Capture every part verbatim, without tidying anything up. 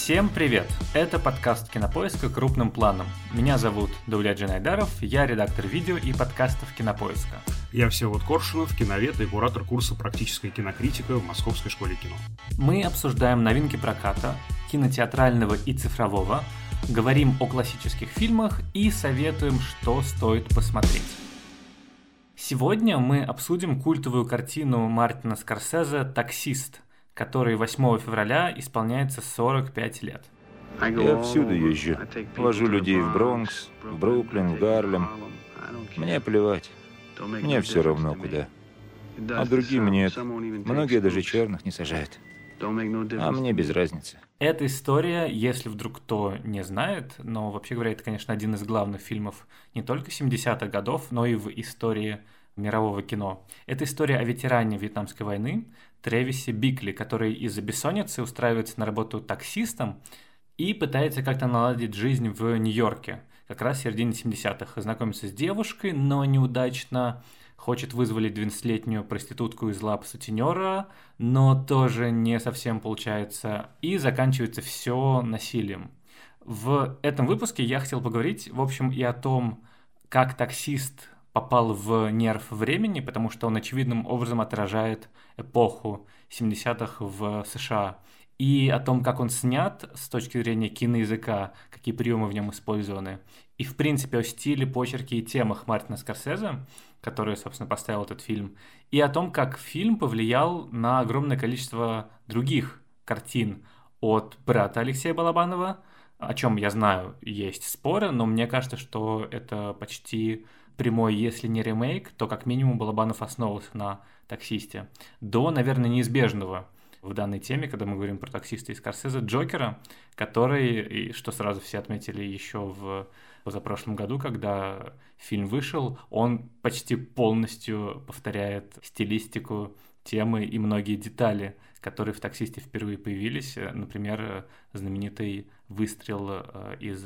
Всем привет! Это подкаст Кинопоиска крупным планом. Меня зовут Даулет Джинайдаров, я редактор видео и подкастов Кинопоиска. Я Всеволод Коршунов, киновед и куратор курса «Практическая кинокритика» в Московской школе кино. Мы обсуждаем новинки проката, кинотеатрального и цифрового, говорим о классических фильмах и советуем, что стоит посмотреть. Сегодня мы обсудим культовую картину Мартина Скорсезе «Таксист», которой восьмого февраля исполняется сорок пять лет. Я всюду езжу. Вожу людей в Бронкс, в Бруклин, в Гарлем. Мне плевать. Мне все равно куда. А другим нет. Многие даже черных не сажают. А мне без разницы. Эта история, если вдруг кто не знает, но вообще говоря, это, конечно, один из главных фильмов не только семидесятых годов, но и в истории мирового кино. Это история о ветеране Вьетнамской войны Тревисе Бикли, который из-за бессонницы устраивается на работу таксистом и пытается как-то наладить жизнь в Нью-Йорке, как раз в середине семидесятых. Знакомится с девушкой, но неудачно, хочет вызволить двенадцатилетнюю проститутку из лап сутенера, но тоже не совсем получается, и заканчивается все насилием. В этом выпуске я хотел поговорить, в общем, и о том, как таксист попал в нерв времени, потому что он очевидным образом отражает эпоху семидесятых в США, и о том, как он снят с точки зрения киноязыка, какие приемы в нем использованы, и, в принципе, о стиле, почерке и темах Мартина Скорсезе, который, собственно, поставил этот фильм, и о том, как фильм повлиял на огромное количество других картин от брата Алексея Балабанова, о чем, я знаю, есть споры, но мне кажется, что это почти прямой, если не ремейк, то как минимум Балабанов основывался на «Таксисте». До, наверное, неизбежного в данной теме, когда мы говорим про «Таксиста» и Скорсезе, Джокера, который, и что сразу все отметили еще в позапрошлом году, когда фильм вышел, он почти полностью повторяет стилистику, темы и многие детали, которые в «Таксисте» впервые появились. Например, знаменитый выстрел из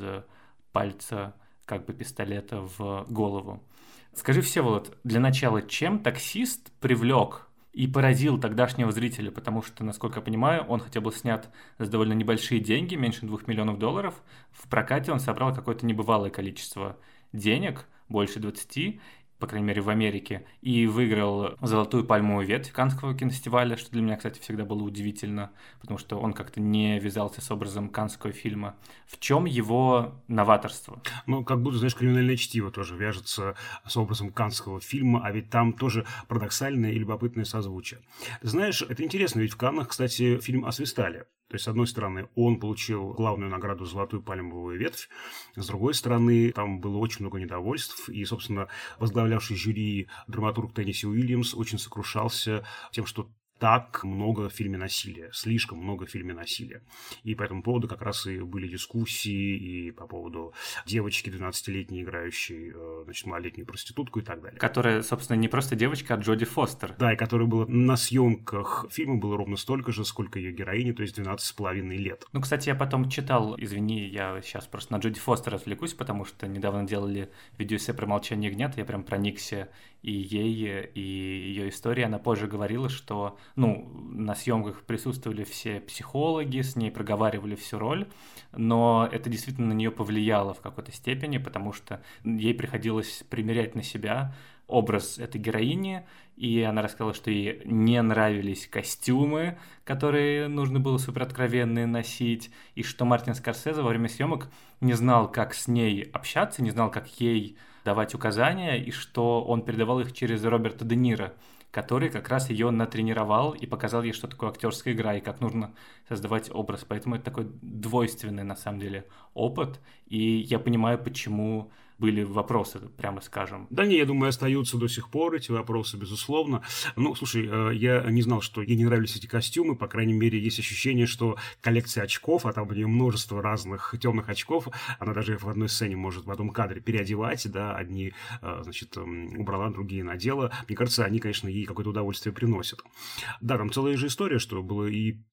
пальца как бы пистолета в голову. Скажи, Всеволод, для начала, чем «Таксист» привлек и поразил тогдашнего зрителя? Потому что, насколько я понимаю, он хотя бы снят за довольно небольшие деньги, меньше двух миллионов долларов. В прокате он собрал какое-то небывалое количество денег, больше двадцати, по крайней мере, в Америке, и выиграл «Золотую пальмовую ветвь» Каннского кинофестиваля, что для меня, кстати, всегда было удивительно, потому что он как-то не вязался с образом каннского фильма. В чем его новаторство? Ну, как будто, знаешь, «Криминальное чтиво» тоже вяжется с образом каннского фильма, а ведь там тоже парадоксальное и любопытное созвучие. Знаешь, это интересно, ведь в Каннах, кстати, фильм освистали. То есть, с одной стороны, он получил главную награду «Золотую пальмовую ветвь», с другой стороны, там было очень много недовольств, и, собственно, возглавлявший жюри драматург Тенниси Уильямс очень сокрушался тем, что так много в фильме насилия, слишком много в фильме насилия. И по этому поводу как раз и были дискуссии и по поводу девочки двенадцатилетней, играющей, значит, малолетнюю проститутку и так далее. Которая, собственно, не просто девочка, а Джоди Фостер. Да, и которая была на съемках фильма было ровно столько же, сколько ее героини, то есть двенадцать с половиной лет. Ну, кстати, я потом читал, извини, я сейчас просто на Джоди Фостер отвлекусь, потому что недавно делали видеоэссе про «Молчание ягнят», я прям проникся и ей, и ее историей. Она позже говорила, что ну, на съемках присутствовали все психологи, с ней проговаривали всю роль, но это действительно на нее повлияло в какой-то степени, потому что ей приходилось примерять на себя образ этой героини, и она рассказала, что ей не нравились костюмы, которые нужно было супероткровенные носить, и что Мартин Скорсезе во время съемок не знал, как с ней общаться, не знал, как ей давать указания, и что он передавал их через Роберта Де Ниро, который как раз ее натренировал и показал ей, что такое актерская игра и как нужно создавать образ. Поэтому это такой двойственный, на самом деле, опыт. И я понимаю, почему были вопросы, прямо скажем. Да не, я думаю, остаются до сих пор эти вопросы, безусловно. Ну, слушай, я не знал, что ей не нравились эти костюмы. По крайней мере, есть ощущение, что коллекция очков, а там у нее множество разных темных очков, она даже в одной сцене может в одном кадре переодевать, да, одни, значит, убрала, другие надела. Мне кажется, они, конечно, ей какое-то удовольствие приносят. Да, там целая же история, что было и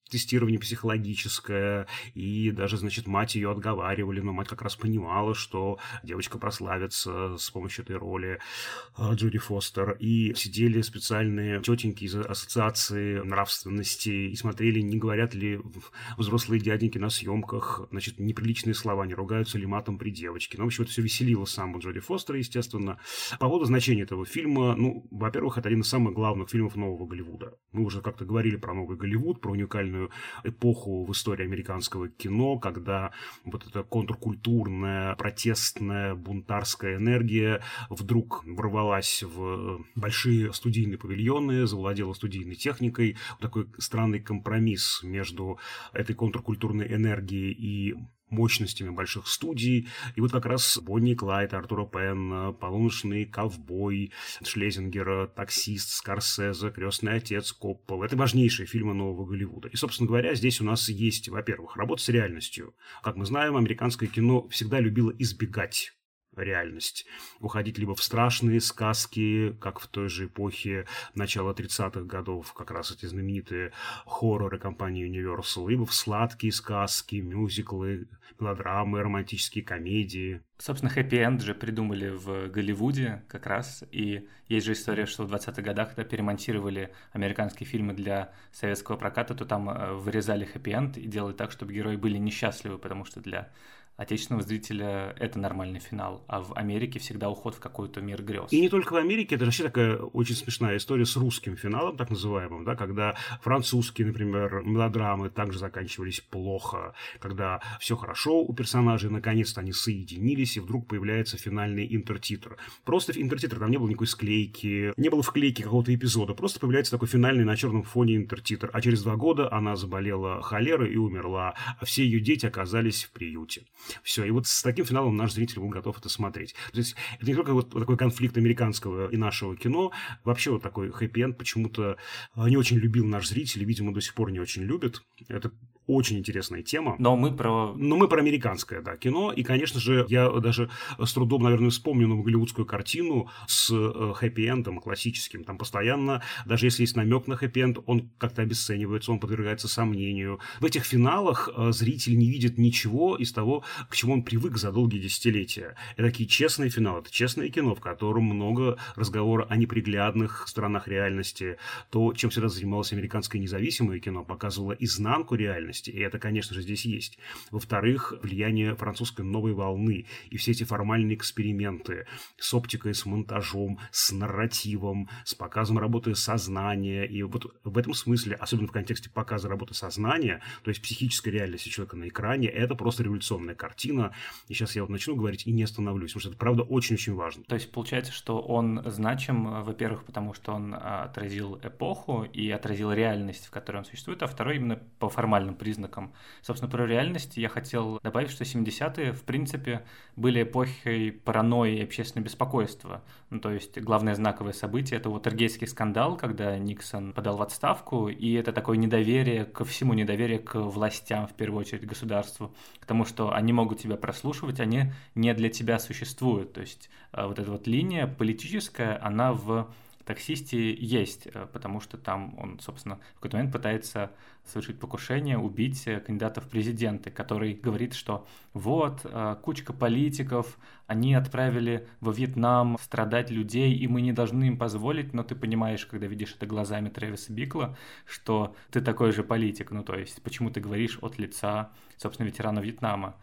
тестирование психологическое, и даже, значит, мать ее отговаривали, но мать как раз понимала, что девочка прославится с помощью этой роли, Джоди Фостер, и сидели специальные тетеньки из ассоциации нравственности и смотрели, не говорят ли взрослые дяденьки на съемках, значит, неприличные слова, не ругаются ли матом при девочке. Ну, в общем, это все веселило саму Джоди Фостер, естественно. По поводу значения этого фильма, ну, во-первых, это один из самых главных фильмов нового Голливуда. Мы уже как-то говорили про новый Голливуд, про уникальную эпоху в истории американского кино, когда вот эта контркультурная, протестная, бунтарская энергия вдруг ворвалась в большие студийные павильоны, завладела студийной техникой. Такой странный компромисс между этой контркультурной энергией и мощностями больших студий. И вот как раз Бонни и Клайд, Артура Пенна, Полуночный ковбой, Шлезингера, Таксист, Скорсезе, Крестный отец, Коппола. Это важнейшие фильмы нового Голливуда. И, собственно говоря, здесь у нас есть, во-первых, работа с реальностью. Как мы знаем, американское кино всегда любило избегать реальность. Уходить либо в страшные сказки, как в той же эпохе начала тридцатых годов, как раз эти знаменитые хорроры компании Universal, либо в сладкие сказки, мюзиклы, мелодрамы, романтические комедии. Собственно, хэппи-энд же придумали в Голливуде как раз, и есть же история, что в двадцатых годах, когда перемонтировали американские фильмы для советского проката, то там вырезали хэппи-энд и делали так, чтобы герои были несчастливы, потому что для отечественного зрителя это нормальный финал, а в Америке всегда уход в какой-то мир грез. И не только в Америке, это вообще такая очень смешная история с русским финалом, так называемым, да, когда французские, например, мелодрамы также заканчивались плохо, когда все хорошо у персонажей, наконец-то они соединились, и вдруг появляется финальный интертитр. Просто интертитр, там не было никакой склейки, не было вклейки какого-то эпизода, просто появляется такой финальный на черном фоне интертитр, а через два года она заболела холерой и умерла, а все ее дети оказались в приюте. Все, и вот с таким финалом наш зритель был готов это смотреть. То есть это не только вот такой конфликт американского и нашего кино, вообще вот такой хэппи-энд почему-то не очень любил наш зритель, и, видимо, до сих пор не очень любит. Это очень интересная тема. Но мы про... Но мы про американское, да, кино. И, конечно же, я даже с трудом, наверное, вспомню новую голливудскую картину с хэппи-эндом классическим. Там постоянно, даже если есть намек на хэппи-энд, он как-то обесценивается, он подвергается сомнению. В этих финалах зритель не видит ничего из того, к чему он привык за долгие десятилетия. Это такие честные финалы, это честное кино, в котором много разговора о неприглядных сторонах реальности. То, чем всегда занималось американское независимое кино, показывало изнанку реальности. И это, конечно же, здесь есть. Во-вторых, влияние французской новой волны и все эти формальные эксперименты с оптикой, с монтажом, с нарративом, с показом работы сознания. И вот в этом смысле, особенно в контексте показа работы сознания, то есть психической реальности человека на экране, это просто революционная картина. И сейчас я вот начну говорить и не остановлюсь, потому что это, правда, очень-очень важно. То есть получается, что он значим, во-первых, потому что он отразил эпоху и отразил реальность, в которой он существует, а второй именно по формальным признакам. Собственно, про реальность я хотел добавить, что семидесятые, в принципе, были эпохой паранойи и общественного беспокойства. Ну, то есть главное знаковое событие – это Уотергейтский скандал, когда Никсон подал в отставку, и это такое недоверие ко всему, недоверие к властям, в первую очередь, государству, к тому, что они могут тебя прослушивать, они не для тебя существуют. То есть вот эта вот линия политическая, она в «Таксисте» есть, потому что там он, собственно, в какой-то момент пытается совершить покушение, убить кандидата в президенты, который говорит, что вот, кучка политиков, они отправили во Вьетнам страдать людей, и мы не должны им позволить, но ты понимаешь, когда видишь это глазами Трэвиса Бикла, что ты такой же политик, ну то есть почему ты говоришь от лица, собственно, ветерана Вьетнама.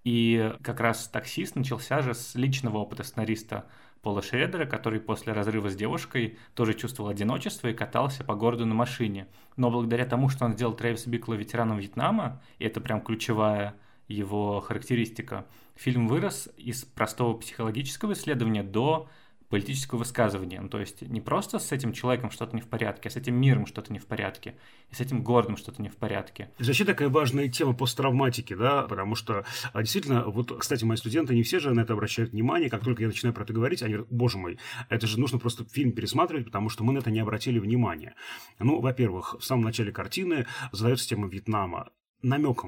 И как раз «Таксист» начался же с личного опыта сценариста Пола Шредера, который после разрыва с девушкой тоже чувствовал одиночество и катался по городу на машине. Но благодаря тому, что он сделал Трэвиса Бикла ветераном Вьетнама, и это прям ключевая его характеристика, фильм вырос из простого психологического исследования до политического высказывания. Ну, то есть не просто с этим человеком что-то не в порядке, а с этим миром что-то не в порядке, и с этим городом что-то не в порядке. Это вообще такая важная тема посттравматики, да, потому что действительно, вот, кстати, мои студенты не все же на это обращают внимание, как только я начинаю про это говорить, они говорят, боже мой, это же нужно просто фильм пересматривать, потому что мы на это не обратили внимания. Ну, во-первых, в самом начале картины задается тема Вьетнама намеком.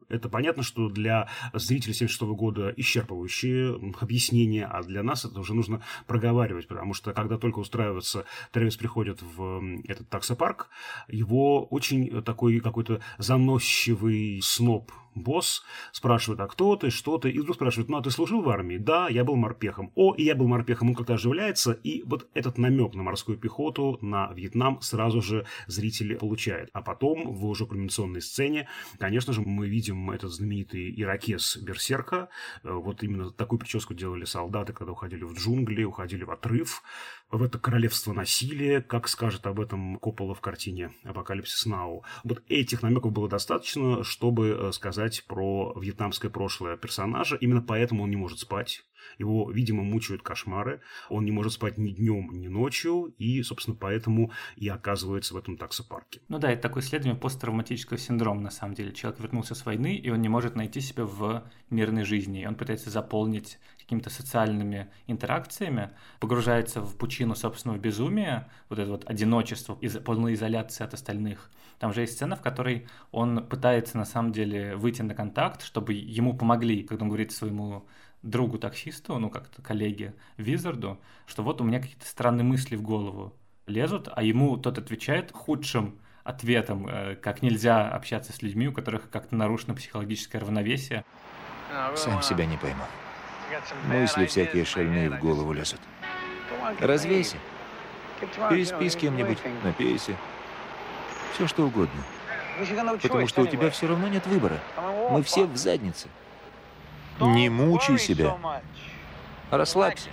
это понятно, что для зрителей семьдесят шестого года исчерпывающие объяснения, а для нас это уже нужно проговаривать, потому что когда только устраивается, Трэвис приходит в этот таксопарк, его очень такой какой-то заносчивый сноб босс спрашивает: а кто ты, что ты? И вдруг спрашивает: ну, а ты служил в армии? Да, я был морпехом. О, и я был морпехом. Он как-то оживляется, и вот этот намек на морскую пехоту, на Вьетнам сразу же зрители получают. А потом, в уже кульминационной сцене, конечно же, мы видим этот знаменитый ирокез Берсерка. Вот именно такую прическу делали солдаты, когда уходили в джунгли, уходили в отрыв, в это королевство насилия, как скажет об этом Коппола в картине «Апокалипсис Нау». Вот этих намеков было достаточно, чтобы сказать про вьетнамское прошлое персонажа. Именно поэтому он не может спать. Его, видимо, мучают кошмары. Он не может спать ни днем, ни ночью. И, собственно, поэтому и оказывается в этом таксопарке. Ну да, это такое исследование посттравматического синдрома, на самом деле. Человек вернулся с войны, и он не может найти себя в мирной жизни. И он пытается заполнить какими-то социальными интеракциями, погружается в пучину собственного безумия, вот это вот одиночество, из- полной изоляции от остальных. Там же есть сцена, в которой он пытается, на самом деле, выйти на контакт, чтобы ему помогли, когда он говорит своему другу-таксисту, ну, как-то коллеге Визарду, что вот у меня какие-то странные мысли в голову лезут, а ему тот отвечает худшим ответом, э, как нельзя общаться с людьми, у которых как-то нарушено психологическое равновесие. Сам себя не пойму. Мысли всякие шальные в голову лезут. Развейся. Переспи с кем-нибудь, напейся. Все что угодно. Потому что у тебя все равно нет выбора. Мы все в заднице. Не мучай себя. Расслабься.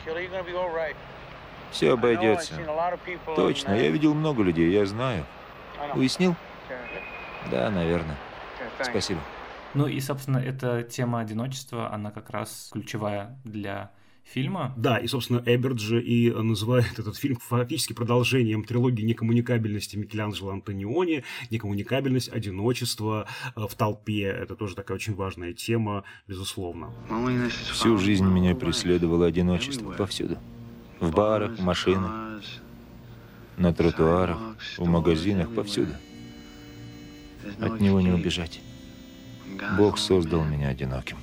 Все обойдется. Точно, я видел много людей, я знаю. Уяснил? Да, наверное. Спасибо. Ну и, собственно, эта тема одиночества, она как раз ключевая для фильма. Да, и, собственно, Эберт же и называет этот фильм фактически продолжением трилогии некоммуникабельности Микеланджело Антониони, некоммуникабельность, одиночество в толпе. Это тоже такая очень важная тема, безусловно. Всю жизнь меня преследовало одиночество повсюду. В барах, в машинах, на тротуарах, в магазинах, повсюду. От него не убежать. Бог создал меня одиноким.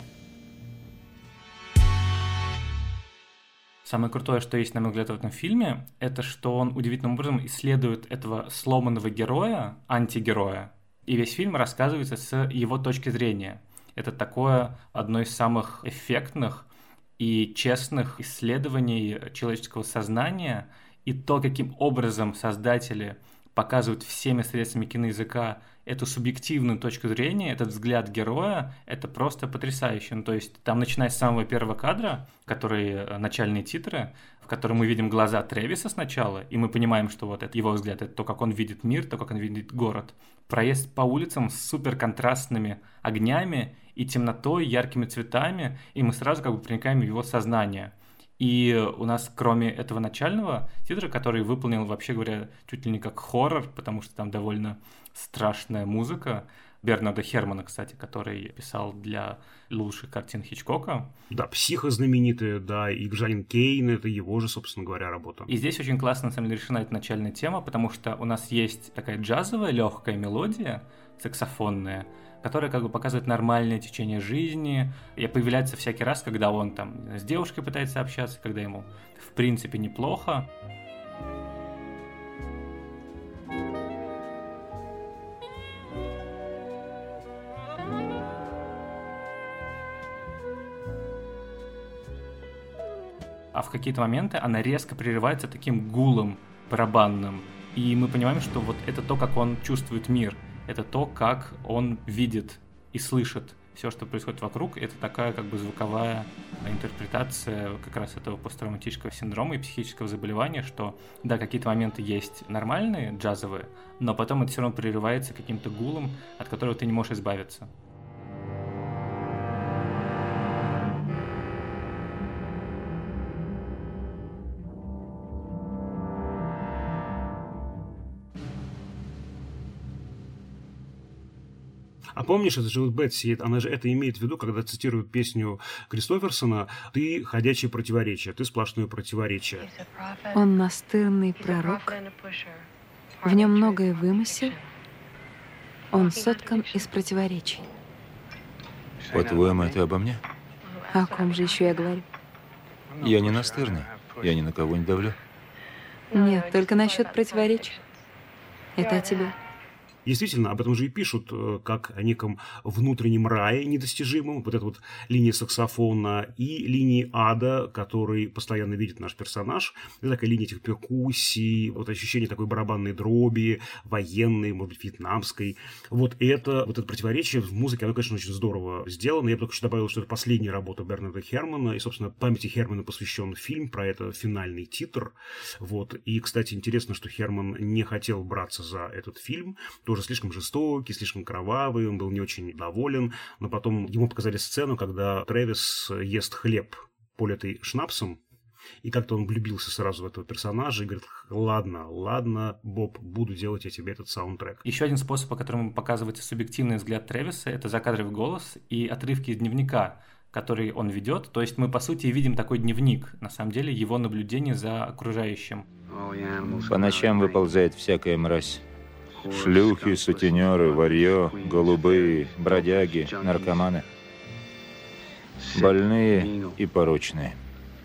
Самое крутое, что есть, на мой взгляд, в этом фильме, это что он удивительным образом исследует этого сломанного героя, антигероя, и весь фильм рассказывается с его точки зрения. Это такое одно из самых эффектных и честных исследований человеческого сознания, и то, каким образом создатели показывают всеми средствами киноязыка эту субъективную точку зрения, этот взгляд героя, это просто потрясающе. Ну, то есть там, начиная с самого первого кадра, который начальные титры, в котором мы видим глаза Трэвиса сначала, и мы понимаем, что вот это его взгляд, это то, как он видит мир, то, как он видит город. Проезд по улицам с суперконтрастными огнями и темнотой, яркими цветами, и мы сразу как бы проникаем в его сознание. И у нас, кроме этого начального титра, который выполнен, вообще говоря, чуть ли не как хоррор, потому что там довольно страшная музыка, Бернарда Хермана, кстати, который писал для лучших картин Хичкока. Да, «Психо» знаменитая, да, и «Гражданин Кейн» — это его же, собственно говоря, работа. И здесь очень классно, на самом деле, решена эта начальная тема, потому что у нас есть такая джазовая легкая мелодия, саксофонная, которая как бы показывает нормальное течение жизни, и появляется всякий раз, когда он там с девушкой пытается общаться, когда ему в принципе неплохо. А в какие-то моменты она резко прерывается таким гулом барабанным, и мы понимаем, что вот это то, как он чувствует мир. Это то, как он видит и слышит все, что происходит вокруг. Это такая как бы звуковая интерпретация как раз этого посттравматического синдрома и психического заболевания, что да, какие-то моменты есть нормальные, джазовые, но потом это все равно прерывается каким-то гулом, от которого ты не можешь избавиться. А помнишь, это же вот Бетси, она же это имеет в виду, когда цитирует песню Кристоферсона: «Ты ходячее противоречие, ты сплошное противоречие». Он настырный пророк, в нем многое вымысел, он соткан из противоречий. По-твоему, это обо мне? О ком же еще я говорю? Я не настырный. Я ни на кого не давлю. Нет, только насчет противоречий. Это о тебе. Действительно, об этом же и пишут, как о неком внутреннем рае недостижимом. Вот эта вот линия саксофона и линии ада, который постоянно видит наш персонаж. Это такая линия этих перкуссий, вот ощущение такой барабанной дроби, военной, может быть, вьетнамской. Вот это, вот это противоречие в музыке, оно, конечно, очень здорово сделано. Я бы только что добавил, что это последняя работа Бернарда Хермана, и, собственно, памяти Хермана посвящен фильм, про это финальный титр. Вот. И, кстати, интересно, что Херман не хотел браться за этот фильм, тоже слишком жестокий, слишком кровавый, он был не очень доволен, но потом ему показали сцену, когда Трэвис ест хлеб, политый шнапсом, и как-то он влюбился сразу в этого персонажа и говорит: ладно, ладно, Боб, буду делать я тебе этот саундтрек. Еще один способ, по которому показывается субъективный взгляд Трэвиса, это закадровый голос и отрывки из дневника, который он ведет. То есть мы, по сути, видим такой дневник, на самом деле, его наблюдение за окружающим. По ночам выползает всякая мразь. Шлюхи, сутенеры, варьё, голубые, бродяги, наркоманы. Больные и порочные.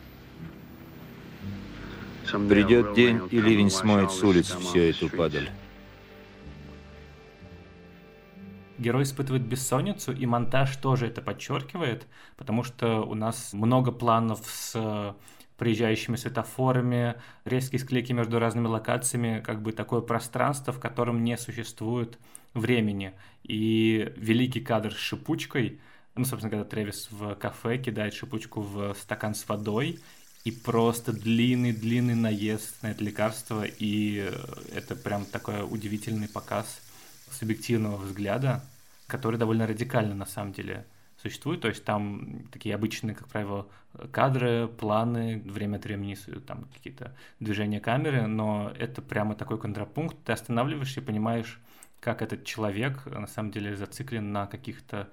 Придет день, и ливень смоет с улиц всю эту падаль. Герой испытывает бессонницу, и монтаж тоже это подчеркивает, потому что у нас много планов с проезжающими светофорами, резкие склейки между разными локациями, как бы такое пространство, в котором не существует времени. И великий кадр с шипучкой, ну, собственно, когда Трэвис в кафе кидает шипучку в стакан с водой, и просто длинный-длинный наезд на это лекарство, и это прям такой удивительный показ субъективного взгляда, который довольно радикально на самом деле существует. То есть там такие обычные, как правило, кадры, планы, время от времени там какие-то движения камеры, но это прямо такой контрапункт. Ты останавливаешься и понимаешь, как этот человек на самом деле зациклен на каких-то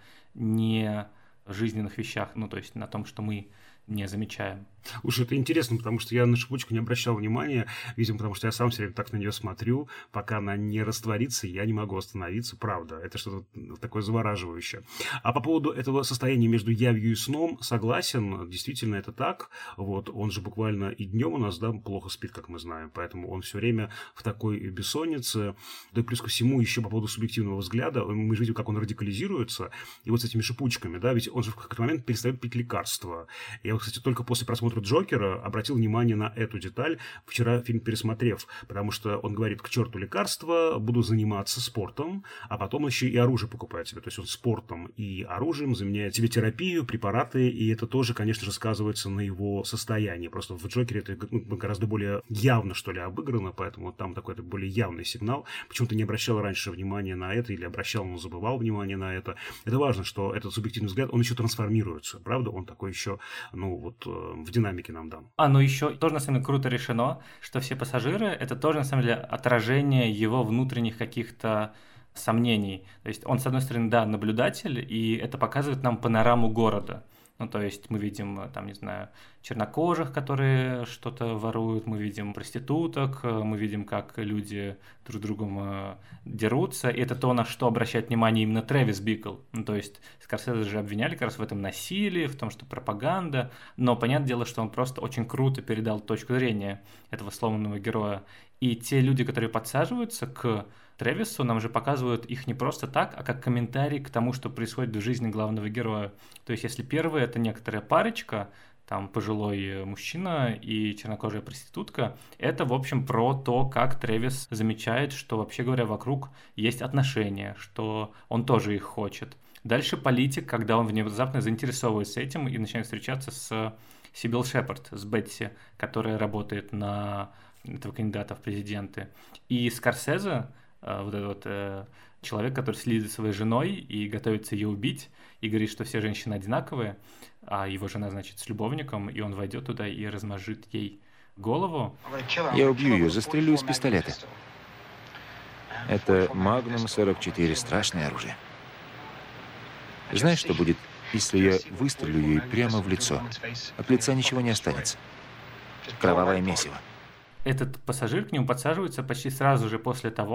не жизненных вещах, ну то есть на том, что мы не замечаем. Уж это интересно, потому что я на шипучку не обращал внимания, видимо, потому что я сам все время так на нее смотрю, пока она не растворится, я не могу остановиться, правда, это что-то такое завораживающее. А по поводу этого состояния между явью и сном, согласен, действительно это так, вот, он же буквально и днем у нас, да, плохо спит, как мы знаем, поэтому он все время в такой бессоннице, да и плюс ко всему еще по поводу субъективного взгляда, мы же видим, как он радикализируется, и вот с этими шипучками, да, ведь он же в какой-то момент перестает пить лекарства. Я вот, кстати, только после просмотра Джокера обратил внимание на эту деталь, вчера фильм пересмотрев, потому что он говорит: к черту лекарства, буду заниматься спортом, а потом еще и оружие покупает себе. То есть он спортом и оружием заменяет себе терапию, препараты, и это тоже, конечно же, сказывается на его состоянии. Просто в Джокере это гораздо более явно, что ли, обыграно, поэтому там такой более явный сигнал. Почему-то не обращал раньше внимания на это, или обращал, но забывал внимание на это. Это важно, что этот субъективный взгляд, он еще трансформируется, правда? Он такой еще, ну, вот в динамике нам дан. А, ну еще тоже, на самом деле, круто решено, что все пассажиры — это тоже, на самом деле, отражение его внутренних каких-то сомнений. То есть он, с одной стороны, да, наблюдатель, и это показывает нам панораму города. Ну, то есть мы видим, там, не знаю, чернокожих, которые что-то воруют, мы видим проституток, мы видим, как люди друг с другом дерутся. И это то, на что обращает внимание именно Трэвис Бикл. Ну, то есть Скорсезе же обвиняли как раз в этом насилии, в том, что пропаганда. Но понятное дело, что он просто очень круто передал точку зрения этого сломанного героя. И те люди, которые подсаживаются к Трэвису, нам же показывают их не просто так, а как комментарий к тому, что происходит в жизни главного героя. То есть если первый — это некоторая парочка, там пожилой мужчина и чернокожая проститутка, это, в общем, про то, как Трэвис замечает, что, вообще говоря, вокруг есть отношения, что он тоже их хочет. Дальше политик, когда он внезапно заинтересовывается этим и начинает встречаться с Сибил Шепард, с Бетси, которая работает на этого кандидата в президенты. И Скорсезе, вот этот вот э, человек, который следит за своей женой и готовится ее убить, и говорит, что все женщины одинаковые, а его жена, значит, с любовником, и он войдет туда и размажет ей голову. Я убью ее, застрелю из пистолета. Это Магнум сорок четыре, страшное оружие. Знаешь, что будет, если я выстрелю ей прямо в лицо? От лица ничего не останется. Кровавое месиво. Этот пассажир к нему подсаживается почти сразу же после того,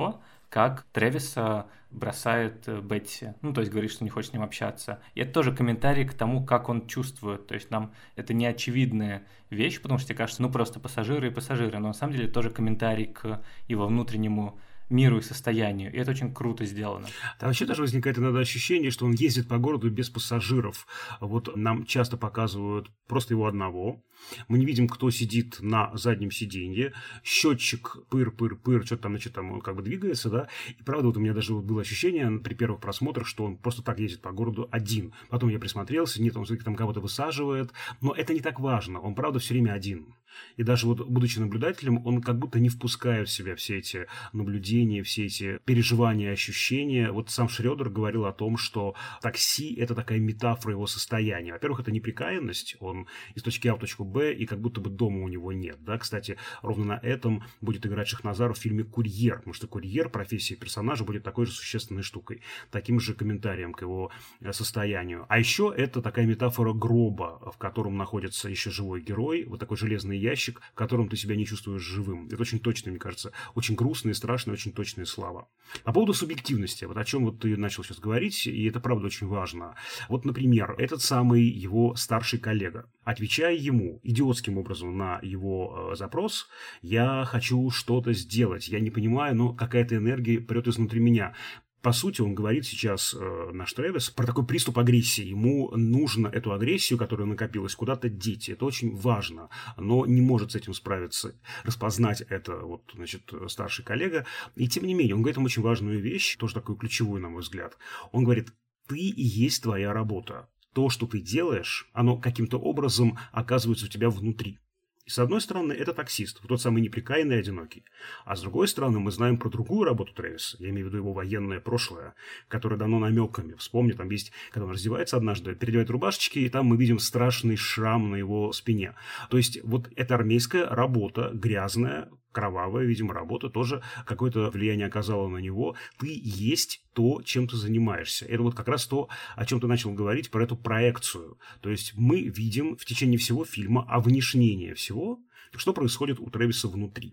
как Трэвиса бросает Бетси. Ну, то есть говорит, что не хочет с ним общаться. И это тоже комментарий к тому, как он чувствует. То есть нам это не очевидная вещь, потому что тебе кажется, ну, просто пассажиры и пассажиры. Но на самом деле тоже комментарий к его внутреннему миру и состоянию. И это очень круто сделано. Там вообще даже возникает иногда ощущение, что он ездит по городу без пассажиров. Вот нам часто показывают просто его одного. Мы не видим, кто сидит на заднем сиденье. Счетчик пыр-пыр-пыр, что-то там, значит, там он как бы двигается, да. И правда, вот у меня даже вот было ощущение при первых просмотрах, что он просто так ездит по городу один. Потом я присмотрелся, нет, он все-таки там кого-то высаживает. Но это не так важно. Он, правда, все время один. И даже вот, будучи наблюдателем, он как будто не впускает в себя все эти наблюдения, все эти переживания, ощущения. Вот сам Шрёдер говорил о том, что такси – это такая метафора его состояния. Во-первых, это неприкаянность. Он из точки А в точку Б, и как будто бы дома у него нет. Да? Кстати, ровно на этом будет играть Шахназаров в фильме «Курьер», потому что курьер, профессия персонажа, будет такой же существенной штукой, таким же комментарием к его состоянию. А еще это такая метафора гроба, в котором находится еще живой герой, вот такой железный ящик, в котором ты себя не чувствуешь живым. Это очень точно, мне кажется, очень грустно и страшно, очень точная слава. По поводу субъективности, вот о чем вот ты начал сейчас говорить, и это правда очень важно. Вот, например, этот самый его старший коллега, отвечая ему идиотским образом на его э, запрос, я хочу что-то сделать, я не понимаю, но какая-то энергия прет изнутри меня. По сути, он говорит сейчас, э, наш Трэвис, про такой приступ агрессии. Ему нужно эту агрессию, которая накопилась, куда-то деть. Это очень важно, но не может с этим справиться, распознать это вот, значит, старший коллега. И тем не менее, он говорит им очень важную вещь, тоже такую ключевую, на мой взгляд. Он говорит, ты и есть твоя работа. То, что ты делаешь, оно каким-то образом оказывается у тебя внутри. И с одной стороны, это таксист, тот самый неприкаянный и одинокий. А с другой стороны, мы знаем про другую работу Трэвиса, я имею в виду его военное прошлое, которое дано намеками. Вспомни, там есть, когда он раздевается однажды, переодевает рубашечки, и там мы видим страшный шрам на его спине. То есть, вот эта армейская работа, грязная, кровавая, видимо, работа, тоже какое-то влияние оказала на него. Ты есть то, чем ты занимаешься. Это вот как раз то, о чем ты начал говорить, про эту проекцию. То есть мы видим в течение всего фильма, а внешнение всего, что происходит у Трэвиса внутри.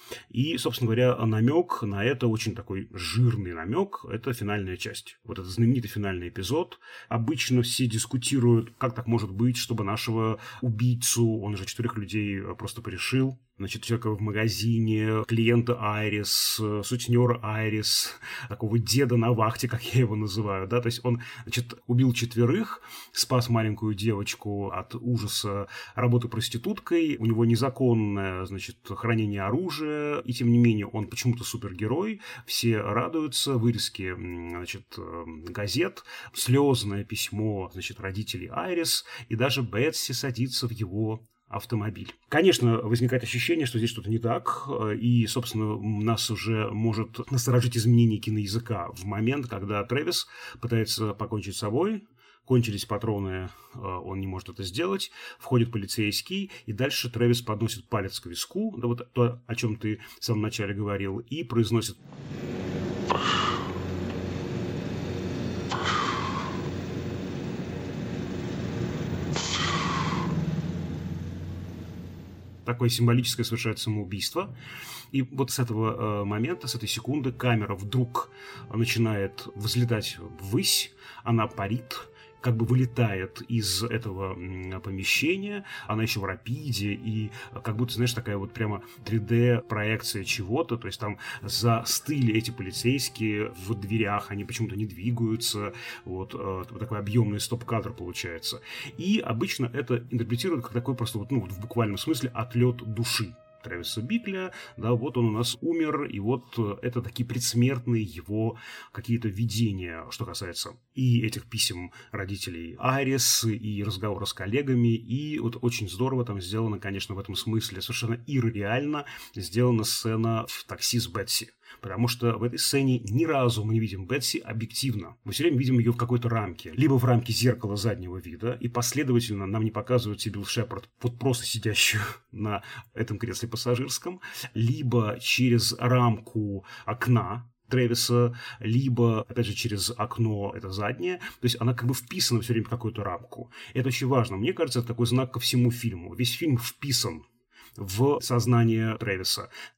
И, собственно говоря, намек на это, очень такой жирный намек, это финальная часть. Вот этот знаменитый финальный эпизод. Обычно все дискутируют, как так может быть, чтобы нашего убийцу, он же четырех людей просто порешил, значит, человека в магазине, клиента Айрис, сутенера Айрис, такого деда на вахте, как я его называю, да, то есть он, значит, убил четверых, спас маленькую девочку от ужаса работы проституткой, у него незаконное, значит, хранение оружия, и тем не менее он почему-то супергерой, все радуются, вырезки, значит, газет, слезное письмо, значит, родителей Айрис, и даже Бетси садится в его автомобиль. Конечно, возникает ощущение, что здесь что-то не так, и, собственно, нас уже может насторожить изменение киноязыка в момент, когда Трэвис пытается покончить с собой, кончились патроны, он не может это сделать, входит полицейский, и дальше Трэвис подносит палец к виску, да вот то, о чем ты в самом начале говорил, и произносит... Такое символическое совершает самоубийство. И вот с этого э, момента, с этой секунды, камера вдруг начинает взлетать ввысь, она парит, как бы вылетает из этого помещения, она еще в рапиде, и как будто, знаешь, такая вот прямо три дэ-проекция чего-то, то есть там застыли эти полицейские в дверях, они почему-то не двигаются, вот, вот такой объемный стоп-кадр получается. И обычно это интерпретируют как такой просто, вот, ну, в буквальном смысле, отлет души Трэвиса Бикля, да, вот он у нас умер, и вот это такие предсмертные его какие-то видения, что касается и этих писем родителей Айрис, и разговора с коллегами, и вот очень здорово там сделано, конечно, в этом смысле, совершенно ирреально сделана сцена в такси с Бетси. Потому что в этой сцене ни разу мы не видим Бетси объективно. Мы все время видим ее в какой-то рамке. Либо в рамке зеркала заднего вида, и последовательно нам не показывают Сибил Шепард, вот просто сидящую на этом кресле пассажирском, либо через рамку окна Трэвиса, либо, опять же, через окно, это заднее. То есть она как бы вписана все время в какую-то рамку. И это очень важно. Мне кажется, это такой знак ко всему фильму. Весь фильм вписан в сознание Трэвиса.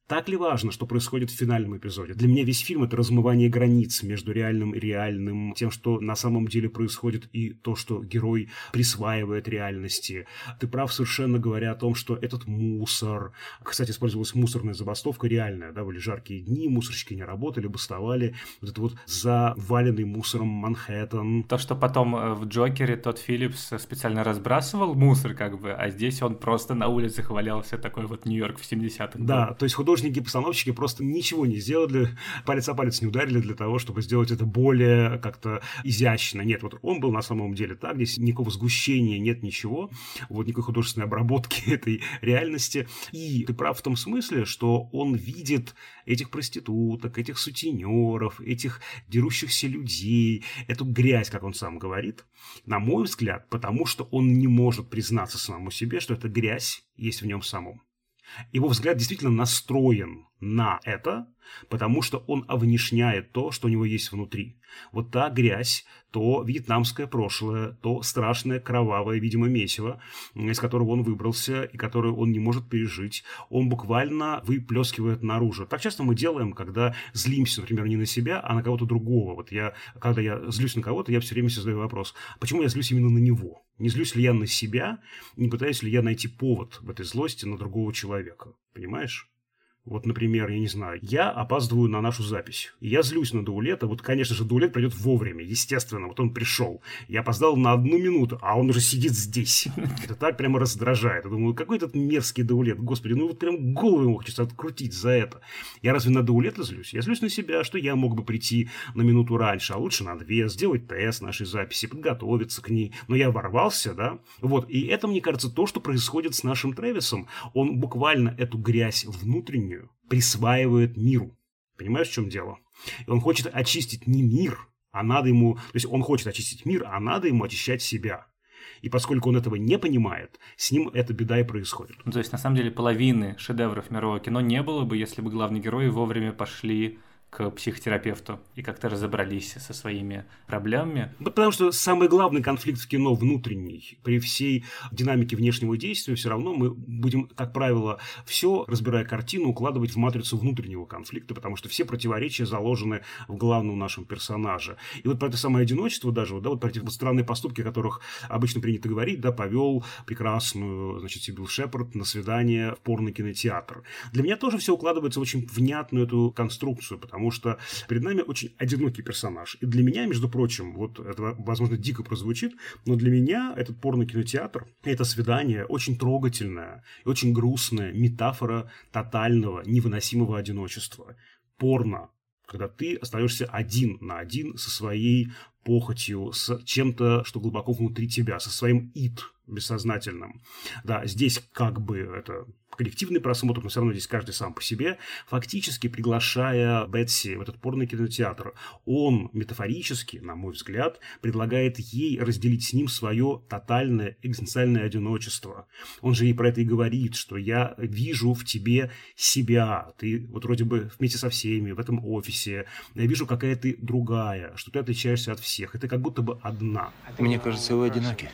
Так ли важно, что происходит в финальном эпизоде? Для меня весь фильм – это размывание границ между реальным и реальным, тем, что на самом деле происходит, и то, что герой присваивает реальности. Ты прав совершенно, говоря о том, что этот мусор… Кстати, использовалась мусорная забастовка реальная, да, были жаркие дни, мусорщики не работали, бастовали. Вот это вот заваленный мусором Манхэттен. То, что потом в «Джокере» Тодд Филлипс специально разбрасывал мусор, как бы, а здесь он просто на улицах валялся, такой вот Нью-Йорк в семидесятых. Да, был. то есть художники-постановщики просто ничего не сделали, палец о палец не ударили для того, чтобы сделать это более как-то изящно. Нет, вот он был на самом деле так, здесь никакого сгущения нет, ничего, вот никакой художественной обработки этой реальности. И ты прав в том смысле, что он видит этих проституток, этих сутенеров, этих дерущихся людей, эту грязь, как он сам говорит, на мой взгляд, потому что он не может признаться самому себе, что эта грязь есть в нем самом. Его взгляд действительно настроен на это, потому что он овнешняет то, что у него есть внутри. Вот та грязь, то вьетнамское прошлое, то страшное кровавое, видимо, месиво, из которого он выбрался и которое он не может пережить, он буквально выплескивает наружу. Так часто мы делаем, когда злимся, например, не на себя, а на кого-то другого. Вот я, когда я злюсь на кого-то, я все время себе задаю вопрос, почему я злюсь именно на него? Не злюсь ли я на себя, не пытаюсь ли я найти повод в этой злости на другого человека? Понимаешь? Вот, например, я не знаю, я опаздываю на нашу запись. И я злюсь на Даулета. Вот, конечно же, Даулет придет вовремя, естественно. Вот он пришел. Я опоздал на одну минуту, а он уже сидит здесь. Это так прямо раздражает. Я думаю, какой этот мерзкий Даулет. Господи, ну вот прям голову ему хочется открутить за это. Я разве на Даулета злюсь? Я злюсь на себя, что я мог бы прийти на минуту раньше, а лучше на две, сделать тест нашей записи, подготовиться к ней. Но я ворвался, да? Вот. И это, мне кажется, то, что происходит с нашим Трэвисом. Он буквально эту грязь внутреннюю присваивает миру. Понимаешь, в чем дело? И он хочет очистить не мир, а надо ему... То есть он хочет очистить мир, а надо ему очищать себя. И поскольку он этого не понимает, с ним эта беда и происходит. Ну, то есть, на самом деле, половины шедевров мирового кино не было бы, если бы главные герои вовремя пошли к психотерапевту и как-то разобрались со своими проблемами. Потому что самый главный конфликт в кино внутренний. При всей динамике внешнего действия все равно мы будем, как правило, все, разбирая картину, укладывать в матрицу внутреннего конфликта, потому что все противоречия заложены в главном нашем персонаже. И вот про это самое одиночество даже, да, вот про эти вот странные поступки, о которых обычно принято говорить, да, повел прекрасную, значит, Сибил Шепард на свидание в порно-кинотеатр. Для меня тоже все укладывается в очень внятную эту конструкцию, потому Потому что перед нами очень одинокий персонаж. И для меня, между прочим, вот это, возможно, дико прозвучит, но для меня этот порно-кинотеатр, это свидание очень трогательное и очень грустная метафора тотального, невыносимого одиночества. Порно, когда ты остаешься один на один со своей похотью, с чем-то, что глубоко внутри тебя, со своим ид бессознательным. Да, здесь как бы это коллективный просмотр, но все равно здесь каждый сам по себе, фактически приглашая Бетси в этот порно-кинотеатр. Он метафорически, на мой взгляд, предлагает ей разделить с ним свое тотальное экзистенциальное одиночество. Он же ей про это и говорит, что я вижу в тебе себя. Ты вот вроде бы вместе со всеми в этом офисе. Я вижу, какая ты другая, что ты отличаешься от всех. И ты как будто бы одна. Мне кажется, вы одиноки.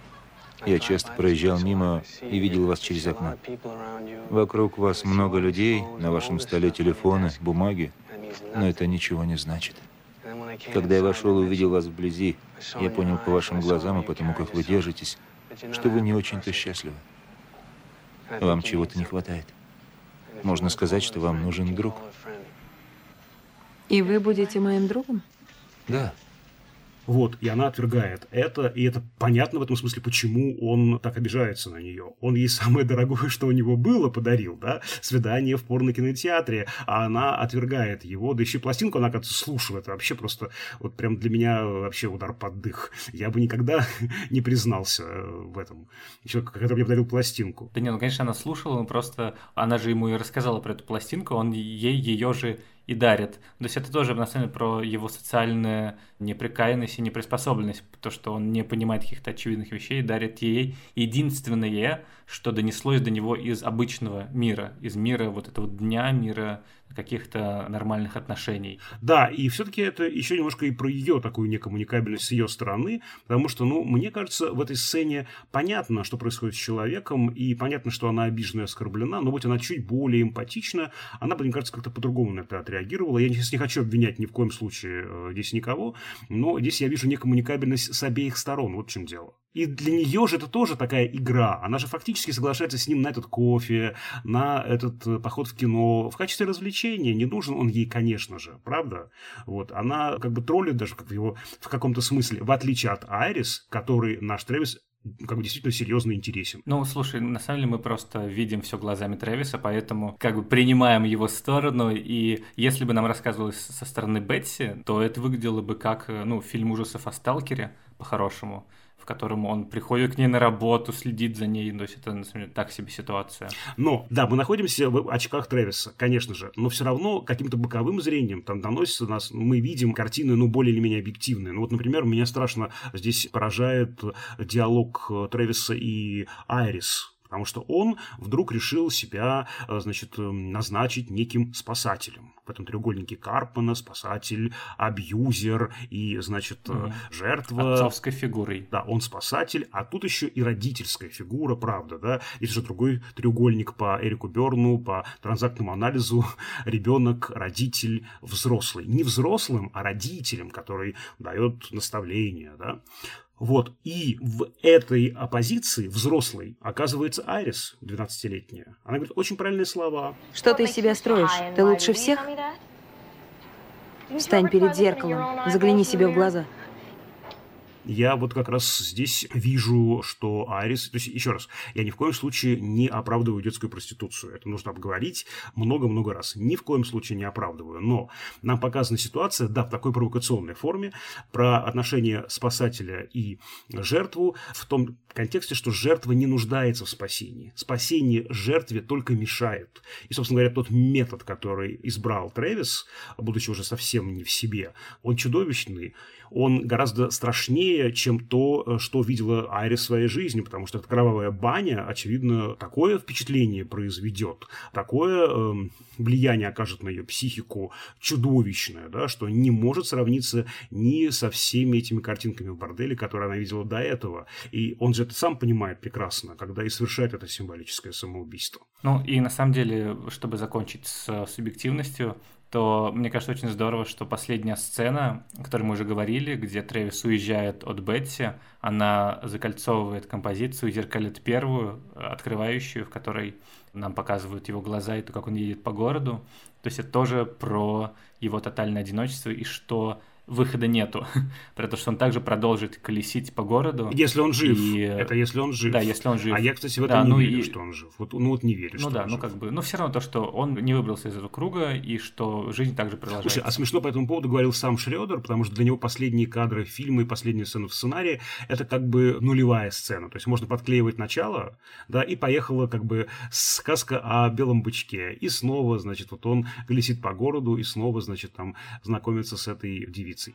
Я часто проезжал мимо и видел вас через окно. Вокруг вас много людей, на вашем столе телефоны, бумаги, но это ничего не значит. Когда я вошел и увидел вас вблизи, я понял по вашим глазам и потому, как вы держитесь, что вы не очень-то счастливы. Вам чего-то не хватает. Можно сказать, что вам нужен друг. И вы будете моим другом? Да. Вот, и она отвергает это, и это понятно в этом смысле, почему он так обижается на нее. Он ей самое дорогое, что у него было, подарил, да, свидание в порно-кинотеатре, а она отвергает его, да еще и пластинку она, оказывается, слушала. Это вообще просто, вот прям для меня вообще удар под дых. Я бы никогда не признался в этом. Человек, который мне подарил пластинку. Да не, ну, конечно, она слушала, но просто она же ему и рассказала про эту пластинку, он ей ее же и дарит. То есть это тоже, на самом деле, про его социальную неприкаянность и неприспособленность, то, что он не понимает каких-то очевидных вещей, дарит ей единственное, что донеслось до него из обычного мира, из мира вот этого дня, мира каких-то нормальных отношений. Да, и все-таки это еще немножко и про ее такую некоммуникабельность с ее стороны, потому что, ну, мне кажется, в этой сцене понятно, что происходит с человеком, и понятно, что она обижена и оскорблена, но будь она чуть более эмпатична, она бы, мне кажется, как-то по-другому на это отреагировала. Я сейчас не хочу обвинять ни в коем случае э, здесь никого, но здесь я вижу некоммуникабельность с обеих сторон, вот в чем дело. И для нее же это тоже такая игра. Она же фактически соглашается с ним на этот кофе, на этот поход в кино в качестве развлечения. Не нужен он ей, конечно же, правда? Вот. Она как бы троллит даже как его в каком-то смысле, в отличие от Айрис, который наш Трэвис как бы действительно серьезно интересен. Ну, слушай, на самом деле мы просто видим все глазами Трэвиса, поэтому как бы принимаем его сторону, и если бы нам рассказывалось со стороны Бетси, то это выглядело бы как, ну, фильм ужасов о сталкере, по-хорошему, в котором он приходит к ней на работу, следит за ней, то есть это, на самом деле, так себе ситуация. Но, да, мы находимся в очках Трэвиса, конечно же, но все равно каким-то боковым зрением там доносится нас, мы видим картины, ну, более или менее объективные. Ну, вот, например, меня страшно здесь поражает диалог Трэвиса и Айрис, потому что он вдруг решил себя, значит, назначить неким спасателем. В этом треугольнике Карпмана спасатель, абьюзер и, значит, mm-hmm. жертва. Отцовской фигурой. Да, он спасатель, а тут еще и родительская фигура, правда, да. Есть же другой треугольник по Эрику Берну, по транзактному анализу. Ребенок, родитель, взрослый. Не взрослым, а родителем, который дает наставления, да. Вот, и в этой оппозиции взрослой оказывается Айрис, двенадцатилетняя. Она говорит очень правильные слова. Что ты из себя строишь? Ты лучше всех? Встань перед зеркалом, загляни себе в глаза. Я вот как раз здесь вижу, что Айрис... То есть, еще раз, я ни в коем случае не оправдываю детскую проституцию. Это нужно обговорить много-много раз. Ни в коем случае не оправдываю. Но нам показана ситуация, да, в такой провокационной форме, про отношения спасателя и жертву в том контексте, что жертва не нуждается в спасении. Спасение жертве только мешает. И, собственно говоря, тот метод, который избрал Трэвис, будучи уже совсем не в себе, он чудовищный, он гораздо страшнее, чем то, что видела Айрис в своей жизни, потому что эта кровавая баня, очевидно, такое впечатление произведет, такое э, влияние окажет на ее психику чудовищное, да, что не может сравниться ни со всеми этими картинками в борделе, которые она видела до этого. И он же это сам понимает прекрасно, когда и совершает это символическое самоубийство. Ну и на самом деле, чтобы закончить с субъективностью, то мне кажется очень здорово, что последняя сцена, о которой мы уже говорили, где Трэвис уезжает от Бетси, она закольцовывает композицию, зеркалит первую, открывающую, в которой нам показывают его глаза и то, как он едет по городу. То есть это тоже про его тотальное одиночество и что выхода нету, про то, что он также продолжит колесить по городу. Если он жив. И... Это если он жив. Да, если он жив. А я, кстати, в это да, не ну верю, и... что он жив. Вот, ну вот не верю, ну что да, он ну жив. как бы, ну все равно то, что он не выбрался из этого круга и что жизнь также продолжается. Слушай, а смешно по этому поводу говорил сам Шрёдер, потому что для него последние кадры фильма и последняя сцена в сценарии – это как бы нулевая сцена. То есть можно подклеивать начало, да, и поехала как бы сказка о белом бычке. И снова, значит, вот он колесит по городу и снова, значит, там знакомится с этой девицей.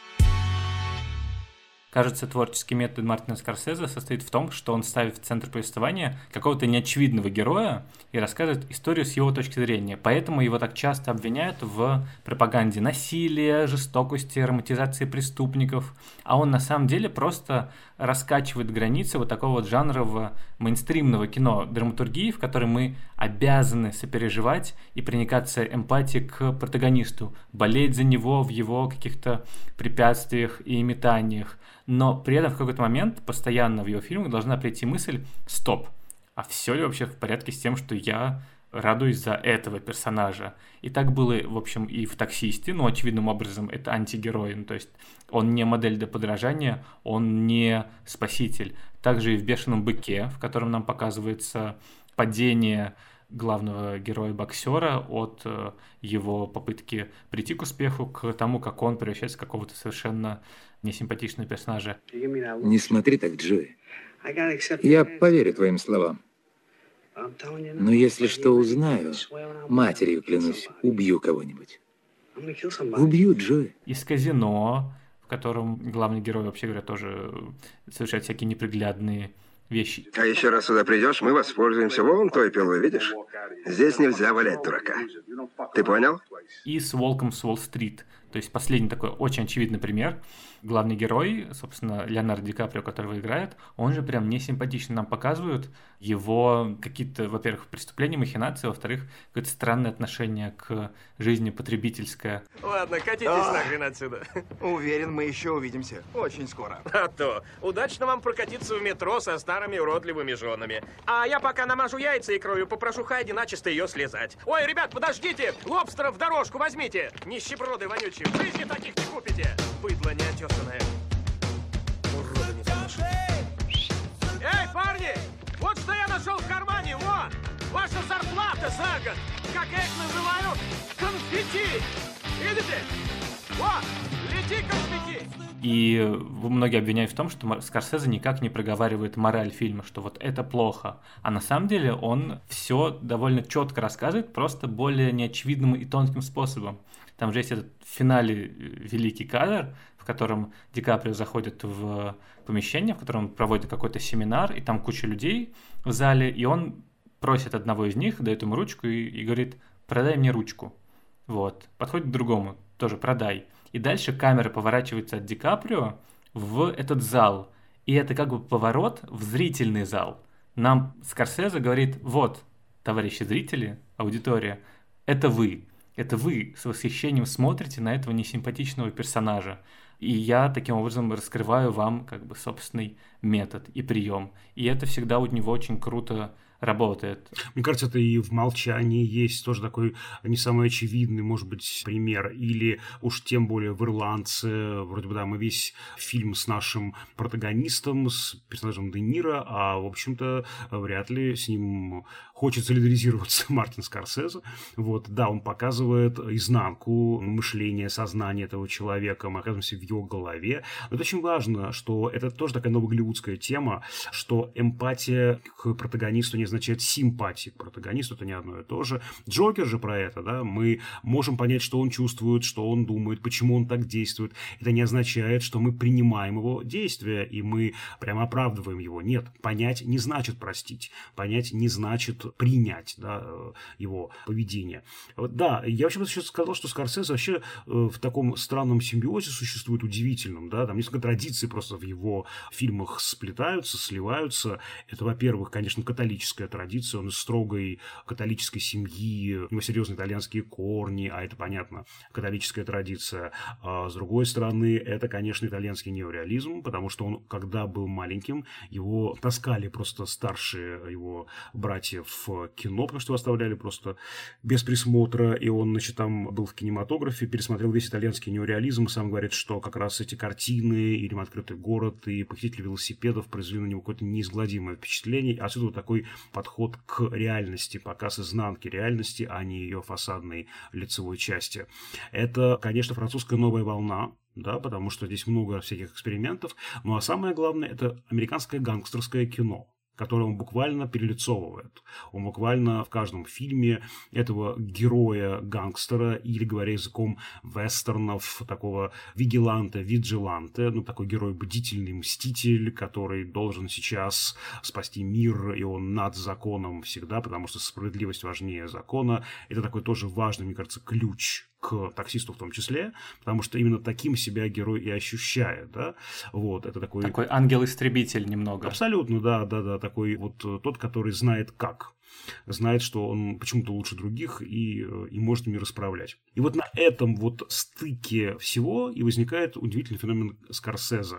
Кажется, творческий метод Мартина Скорсезе состоит в том, что он ставит в центр повествования какого-то неочевидного героя и рассказывает историю с его точки зрения. Поэтому его так часто обвиняют в пропаганде насилия, жестокости, романтизации преступников. А он на самом деле просто раскачивает границы вот такого вот жанрового мейнстримного кино, драматургии, в которой мы обязаны сопереживать и проникаться эмпатией к протагонисту, болеть за него в его каких-то препятствиях и метаниях. Но при этом в какой-то момент постоянно в его фильмах должна прийти мысль «стоп, а все ли вообще в порядке с тем, что я радуюсь за этого персонажа?» И так было, в общем, и в «Таксисте», ну, очевидным образом, это антигерой, ну, то есть он не модель для подражания, он не спаситель. Также и в «Бешеном быке», в котором нам показывается падение главного героя-боксера от э, его попытки прийти к успеху к тому, как он превращается в какого-то совершенно несимпатичного персонажа. Не смотри так, Джои. Я поверю твоим словам. Но если что узнаю, матерью клянусь, убью кого-нибудь. Убью, Джои. Из «Казино», в котором главный герой, вообще говоря, тоже совершает всякие неприглядные вещи. А еще раз сюда придешь, мы воспользуемся вон той пилой, видишь? Здесь нельзя валять дурака. Ты понял? И с «Волком с Уолл-стрит». То есть последний такой очень очевидный пример. Главный герой, собственно, Леонардо Ди Каприо, которого играет, он же прям несимпатично. Нам показывают его какие-то, во-первых, преступления, махинации, во-вторых, какое-то странное отношение к жизни потребительское. Ладно, катитесь нахрен отсюда. Уверен, мы еще увидимся. Очень скоро. А то. Удачно вам прокатиться в метро со старыми уродливыми женами. А я пока намажу яйца икрою, попрошу Хайди начисто ее слезать. Ой, ребят, подождите! Лобстеров в дорожку возьмите! Нищеброды вонючие, в жизни таких не купите! Быдло неотесанное. Уроды несовершенные. Эй, парни! Вот что я нашел в кармане, вот! Ваша зарплата за год! Как я их называю? Конфетти! Видите? Вот! Лети, конфетти! И многие обвиняют в том, что Скорсезе никак не проговаривает мораль фильма, что вот это плохо. А на самом деле он все довольно четко рассказывает, просто более неочевидным и тонким способом. Там же есть этот в финале великий кадр, в котором Ди Каприо заходит в помещение, в котором он проводит какой-то семинар, и там куча людей в зале, и он просит одного из них, дает ему ручку и, и говорит: продай мне ручку. Вот. Подходит к другому, тоже продай. И дальше камера поворачивается от Ди Каприо в этот зал. И это как бы поворот в зрительный зал. Нам Скорсезе говорит: вот, товарищи зрители, аудитория, это вы. Это вы с восхищением смотрите на этого несимпатичного персонажа. И я таким образом раскрываю вам как бы собственный метод и прием. И это всегда у него очень круто работает. Мне кажется, это и в «Молчании» есть тоже такой не самый очевидный, может быть, пример. Или уж тем более в «Ирландце». Вроде бы, да, мы весь фильм с нашим протагонистом, с персонажем Де Ниро, а, в общем-то, вряд ли с ним хочет солидаризироваться Мартин Скорсезе. Вот, да, он показывает изнанку мышления, сознания этого человека. Мы оказываемся в его голове. Но это очень важно, что это тоже такая новоголливудская тема, что эмпатия к протагонисту не означает симпатии к протагонисту, это не одно и то же. Джокер же про это, да, мы можем понять, что он чувствует, что он думает, почему он так действует. Это не означает, что мы принимаем его действия, и мы прямо оправдываем его. Нет, понять не значит простить, понять не значит принять, да, его поведение. Вот, да, я вообще сейчас сказал, что Скорсезе вообще в таком странном симбиозе существует, удивительном, да, там несколько традиций просто в его фильмах сплетаются, сливаются. Это, во-первых, конечно, католическая традиция, он из строгой католической семьи, у него серьезные итальянские корни, а это, понятно, католическая традиция. А с другой стороны, это, конечно, итальянский неореализм, потому что он, когда был маленьким, его таскали просто старшие его братья в кино, потому что его оставляли просто без присмотра, и он, значит, там был в кинематографе, пересмотрел весь итальянский неореализм, сам говорит, что как раз эти картины, и «Открытый город», и «Похититель велосипедов» произвели на него какое-то неизгладимое впечатление. Отсюда вот такой подход к реальности, показ изнанки реальности, а не ее фасадной лицевой части. Это, конечно, французская новая волна, да, потому что здесь много всяких экспериментов. Ну а самое главное, это американское гангстерское кино, которое он буквально перелицовывает. Он буквально в каждом фильме этого героя-гангстера, или, говоря языком вестернов, такого вигиланта, виджиланта, ну, такой герой бдительный, мститель, который должен сейчас спасти мир, и он над законом всегда, потому что справедливость важнее закона. Это такой тоже важный, мне кажется, ключ к таксисту в том числе, потому что именно таким себя герой и ощущает, да, вот, это такой... Такой ангел-истребитель немного. Абсолютно, да, да, да, такой вот тот, который знает как, знает, что он почему-то лучше других и, и может мир исправлять. И вот на этом вот стыке всего и возникает удивительный феномен Скорсезе.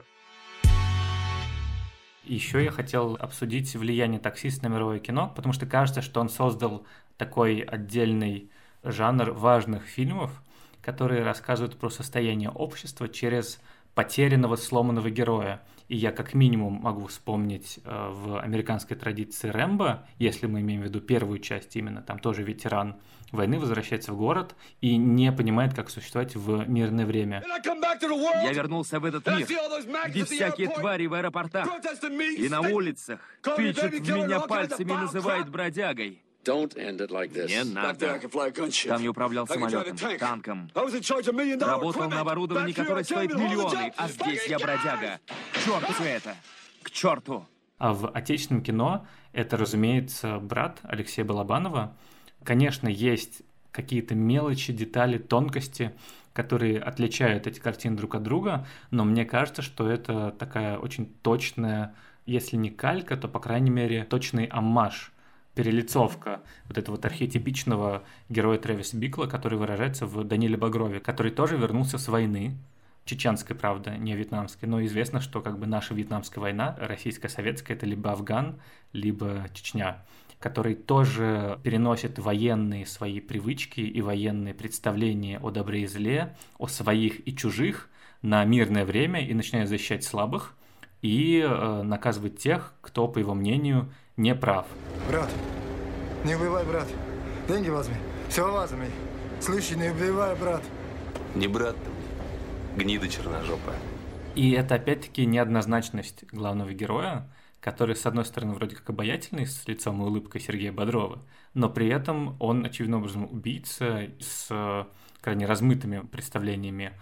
Еще я хотел обсудить влияние таксиста на мировое кино, потому что кажется, что он создал такой отдельный жанр важных фильмов, которые рассказывают про состояние общества через потерянного, сломанного героя. И я как минимум могу вспомнить э, в американской традиции Рэмбо, если мы имеем в виду первую часть именно, там тоже ветеран войны возвращается в город и не понимает, как существовать в мирное время. Я вернулся в этот мир, где всякие твари в аэропортах и на улицах тычут в меня пальцами и называют бродягой. Не надо. Там я управлял самолетом, танком. Работал на оборудовании, которое стоит миллионы, а здесь я бродяга. К черту все это! К черту! А в отечественном кино это, разумеется, брат Алексея Балабанова. Конечно, есть какие-то мелочи, детали, тонкости, которые отличают эти картины друг от друга, но мне кажется, что это такая очень точная, если не калька, то, по крайней мере, точный оммаж, перелицовка вот этого вот архетипичного героя Трэвиса Бикла, который выражается в Даниле Багрове, который тоже вернулся с войны, чеченской, правда, не вьетнамской, но известно, что как бы наша вьетнамская война, российско-советская, это либо Афган, либо Чечня, который тоже переносит военные свои привычки и военные представления о добре и зле, о своих и чужих на мирное время и начинает защищать слабых и э, наказывать тех, кто, по его мнению, не прав. Брат, не убивай, брат. Деньги возьми. Все возьми. Слышь, не убивай, брат. Не брат, гнида черножопая. И это опять-таки неоднозначность главного героя, который, с одной стороны, вроде как обаятельный, с лицом и улыбкой Сергея Бодрова, но при этом он, очевидным образом, убийца с крайне размытыми представлениями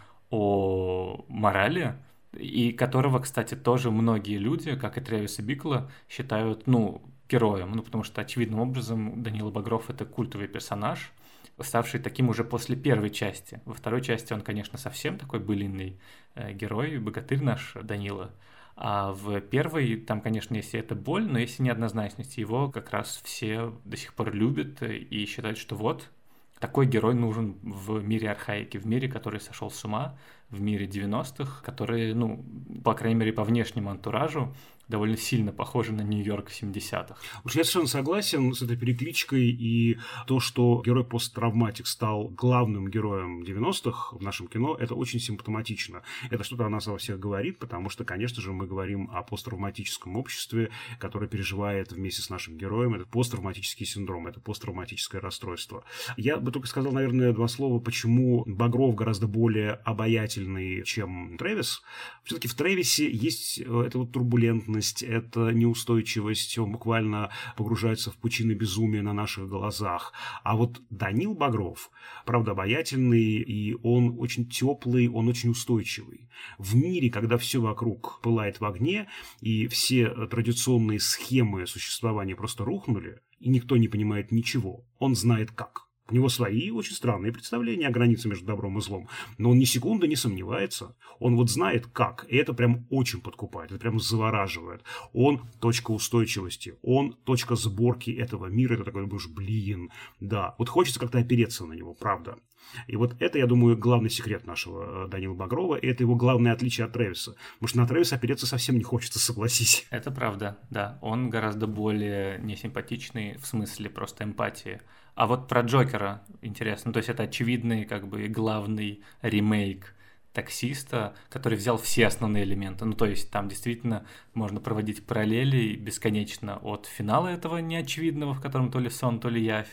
о морали, и которого, кстати, тоже многие люди, как и Трэвиса Бикла, считают, ну, героем, ну, потому что, очевидным образом, Данила Багров — это культовый персонаж, ставший таким уже после первой части. Во второй части он, конечно, совсем такой былинный э, герой, богатырь наш Данила. А в первой, там, конечно, есть и эта боль, но есть и неоднозначность. Его как раз все до сих пор любят и считают, что вот, такой герой нужен в мире архаики, в мире, который сошел с ума, в мире девяностых, который, ну, по крайней мере, по внешнему антуражу довольно сильно похожи на Нью-Йорк семидесятых. Уж я совершенно согласен с этой перекличкой, и то, что герой посттравматик стал главным героем девяностых в нашем кино, это очень симптоматично. Это что-то о нас во всех говорит, потому что, конечно же, мы говорим о посттравматическом обществе, которое переживает вместе с нашим героем этот посттравматический синдром, это посттравматическое расстройство. Я бы только сказал, наверное, два слова, почему Багров гораздо более обаятельный, чем Трэвис. Все-таки в Трэвисе есть эта вот турбулентность, это неустойчивость, он буквально погружается в пучины безумия на наших глазах. А вот Данил Багров, правда, обаятельный, и он очень теплый, он очень устойчивый. В мире, когда все вокруг пылает в огне, и все традиционные схемы существования просто рухнули, и никто не понимает ничего, он знает как. У него свои очень странные представления о границе между добром и злом, но он ни секунды не сомневается. Он вот знает как, и это прям очень подкупает, это прям завораживает. Он точка устойчивости, он точка сборки этого мира, это такой, уж блин, да. Вот хочется как-то опереться на него, правда. И вот это, я думаю, главный секрет нашего Данила Багрова, и это его главное отличие от Трэвиса. Потому что на Трэвиса опереться совсем не хочется, согласись. Это правда, да. Он гораздо более несимпатичный в смысле просто эмпатии. А вот про Джокера интересно. То есть это очевидный, как бы, главный ремейк таксиста, который взял все основные элементы. Ну, то есть там действительно можно проводить параллели бесконечно от финала этого неочевидного, в котором то ли сон, то ли явь,